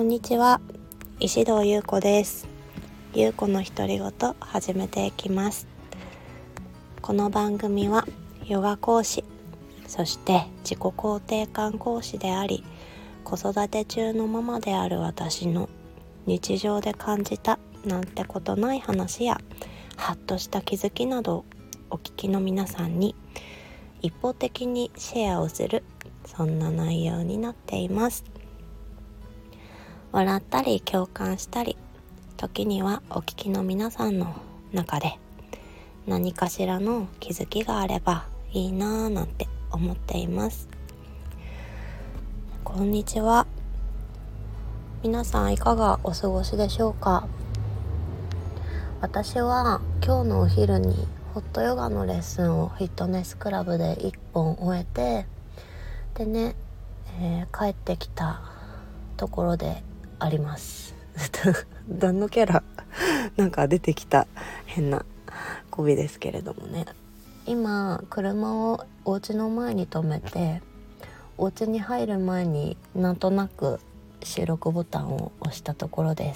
んにちは、石堂優子です。優子の独り言始めていきます。この番組はヨガ講師、そして自己肯定感講師であり、子育て中のママである私の日常で感じたなんてことない話やハッとした気づきなどをお聞きの皆さんに一方的にシェアをする、そんな内容になっています。笑ったり共感したり、時にはお聞きの皆さんの中で何かしらの気づきがあればいいなぁなんて思っています。こんにちは。皆さんいかがお過ごしでしょうか。私は今日のお昼にホットヨガのレッスンをフィットネスクラブで1本終えて、でね、帰ってきたところであります何のキャラなんか出てきた変な語尾ですけれどもね、今車をお家の前に止めて、お家に入る前になんとなく収録ボタンを押したところです。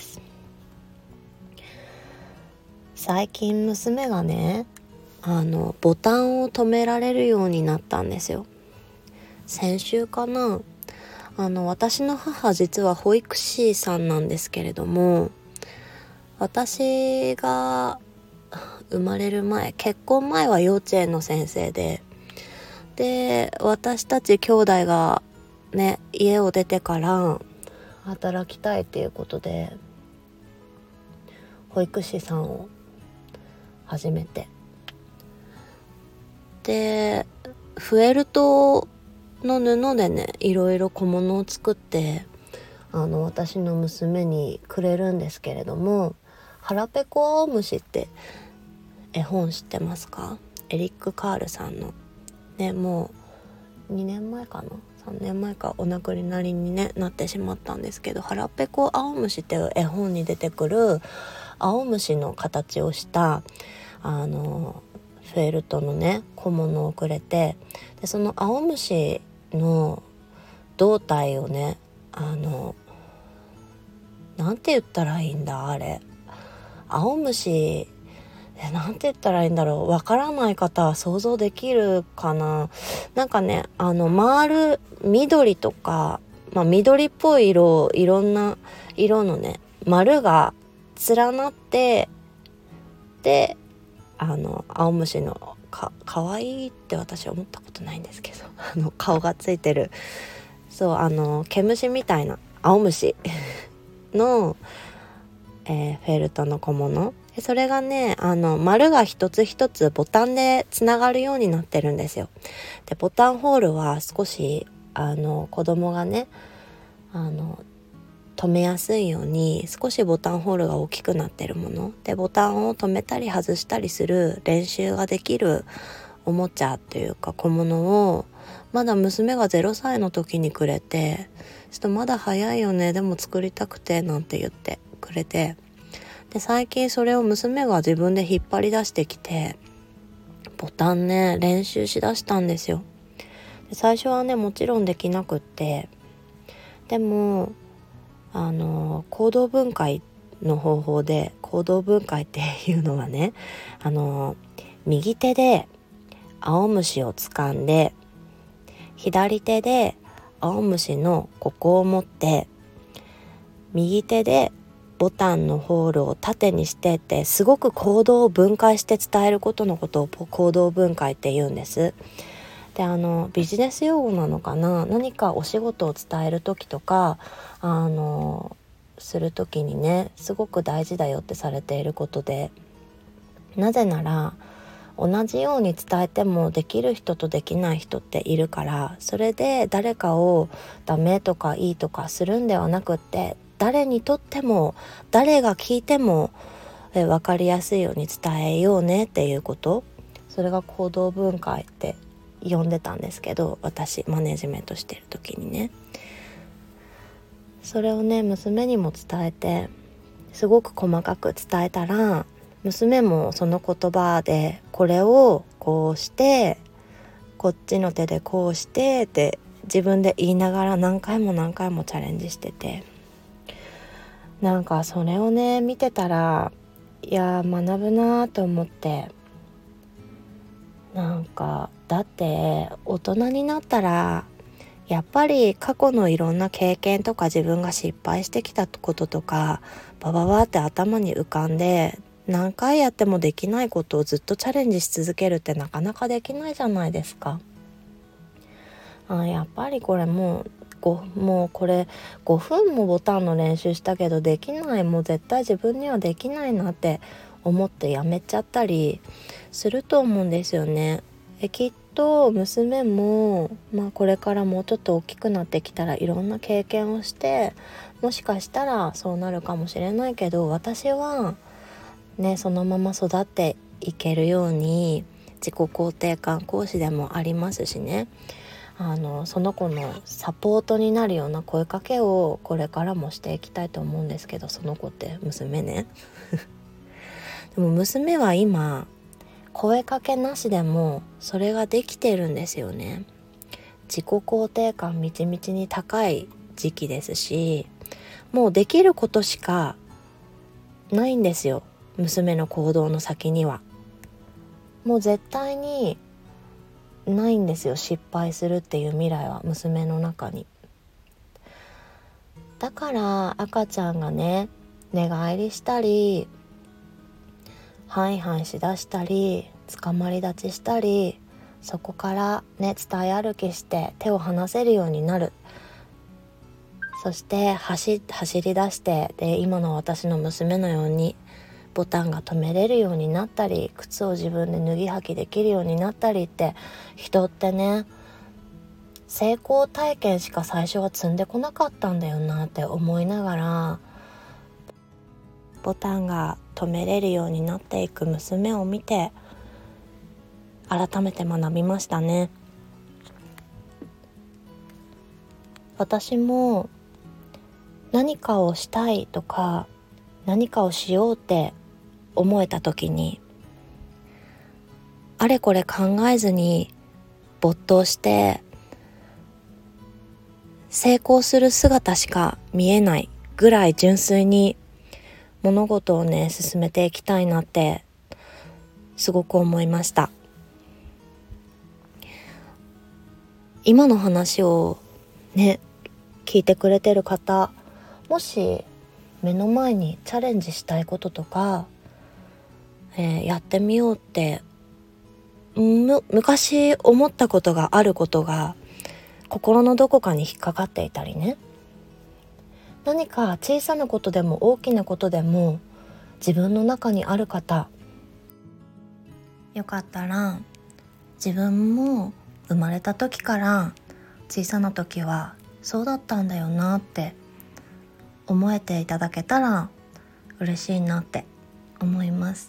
最近娘がね、ボタンを止められるようになったんですよ。先週かな。私の母実は保育士さんなんですけれども、私が生まれる前、結婚前は幼稚園の先生で、私たち兄弟がね、家を出てから働きたいっていうことで保育士さんを始めて、でフェルトの布でね、いろいろ小物を作って私の娘にくれるんですけれども、腹ペコ青虫って絵本知ってますか？エリック・カールさんのね、もう2年前かな、3年前かお亡くなりに、ね、なってしまったんですけど、腹ペコ青虫っていう絵本に出てくる青虫の形をしたフェルトのね小物をくれて、でその青虫の胴体をね、なんて言ったらいいんだ、あれ青虫なんて言ったらいいんだろう、わからない方は想像できるかな。なんかね、丸緑とか、緑っぽい色、いろんな色のね丸が連なって、で青虫のかわいいって私は思ったことないんですけど顔がついてる、そう毛虫みたいな青虫の、フェルトの小物、それがね丸が一つ一つボタンでつながるようになってるんですよ。でボタンホールは少し子供がね止めやすいように少しボタンホールが大きくなってるもので、ボタンを止めたり外したりする練習ができるおもちゃっていうか小物をまだ娘が0歳の時にくれて、ちょっとまだ早いよね、でも作りたくてなんて言ってくれて、で最近それを娘が自分で引っ張り出してきてボタンね練習しだしたんですよ。で最初はねもちろんできなくって、でも行動分解の方法で、行動分解っていうのはね、右手で青虫を掴んで左手で青虫のここを持って、右手でボタンのホールを縦にしてって、すごく行動を分解して伝えることのことを行動分解って言うんです。でビジネス用語なのかな、何かお仕事を伝える時とかする時にねすごく大事だよってされていることで、なぜなら同じように伝えてもできる人とできない人っているから、それで誰かをダメとかいいとかするんではなくって、誰にとっても誰が聞いても分かりやすいように伝えようねっていうこと、それが行動分解って呼んでたんですけど、私マネジメントしてる時にね、それをね娘にも伝えて、すごく細かく伝えたら、娘もその言葉でこれをこうしてこっちの手でこうしてって自分で言いながら何回も何回もチャレンジしてて、 なんかそれをね見てたら、いや学ぶなと思って、なんかだって大人になったらやっぱり過去のいろんな経験とか自分が失敗してきたこととかバババって頭に浮かんで、何回やってもできないことをずっとチャレンジし続けるってなかなかできないじゃないですか。やっぱりこれもうこれ5分もボタンの練習したけどできない、もう絶対自分にはできないなって思ってやめちゃったりすると思うんですよね。きっと娘も、これからもうちょっと大きくなってきたらいろんな経験をして、もしかしたらそうなるかもしれないけど、私はねそのまま育っていけるように自己肯定感講師でもありますしね、その子のサポートになるような声かけをこれからもしていきたいと思うんですけど、その子って娘ねでも娘は今声かけなしでもそれができてるんですよね。自己肯定感みちみちに高い時期ですし、もうできることしかないんですよ、娘の行動の先には。もう絶対にないんですよ、失敗するっていう未来は娘の中に。だから赤ちゃんがね寝返りしたりハイハイしだしたり捕まり立ちしたり、そこからね伝え歩きして手を離せるようになる。そして走り出して、で今の私の娘のようにボタンが止めれるようになったり、靴を自分で脱ぎ履きできるようになったりって、人ってね成功体験しか最初は積んでこなかったんだよなって思いながら、ボタンが止めれるようになっていく娘を見て改めて学びましたね。私も何かをしたいとか何かをしようって思えた時に、あれこれ考えずに没頭して成功する姿しか見えないぐらい純粋に物事をね進めていきたいなってすごく思いました。今の話をね聞いてくれてる方、もし目の前にチャレンジしたいこととか、やってみようって昔思ったことがあることが心のどこかに引っかかっていたりね、何か小さなことでも大きなことでも自分の中にある方、よかったら自分も生まれた時から小さな時はそうだったんだよなって思えていただけたら嬉しいなって思います。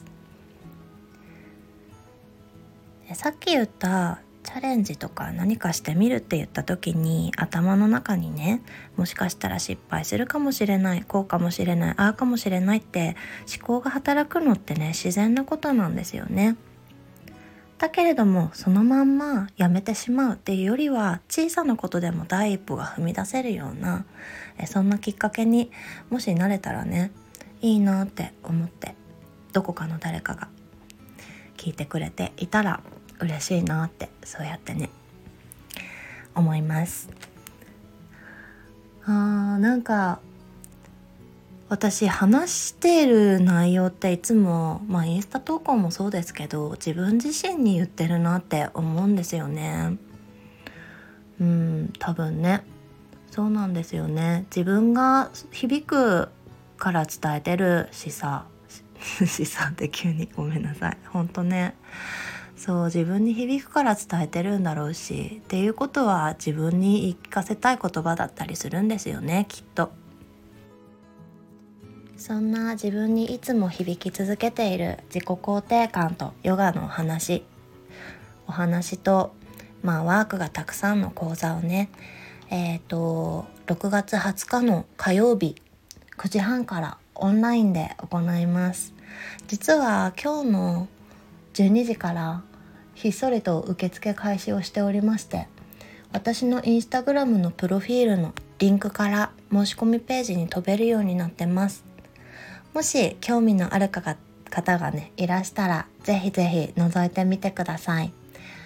でさっき言ったチャレンジとか何かしてみるって言った時に、頭の中にねもしかしたら失敗するかもしれない、こうかもしれない、ああかもしれないって思考が働くのってね自然なことなんですよね。だけれどもそのまんまやめてしまうっていうよりは、小さなことでも第一歩が踏み出せるようなそんなきっかけにもしなれたらねいいなって思って、どこかの誰かが聞いてくれていたら嬉しいなって、そうやってね思います。なんか私話している内容っていつも、インスタ投稿もそうですけど自分自身に言ってるなって思うんですよね。多分ねそうなんですよね。自分が響くから伝えてるしさしさって急にごめんなさい、ほんとね、そう自分に響くから伝えてるんだろうし、っていうことは自分に言い聞かせたい言葉だったりするんですよね、きっと。そんな自分にいつも響き続けている自己肯定感とヨガのお話と、ワークがたくさんの講座をね6月20日の火曜日9時半からオンラインで行います。実は今日の12時からひっそりと受付開始をしておりまして、私のインスタグラムのプロフィールのリンクから申し込みページに飛べるようになってます。もし興味のある方がねいらしたら、ぜひぜひ覗いてみてください。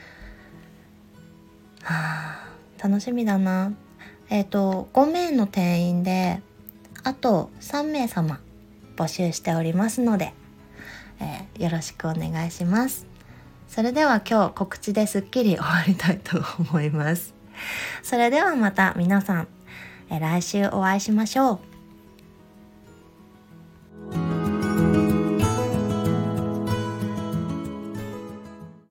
楽しみだな。5名の定員であと3名様募集しておりますので、よろしくお願いします。それでは今日告知ですっきり終わりたいと思います。それではまた皆さん、来週お会いしましょう。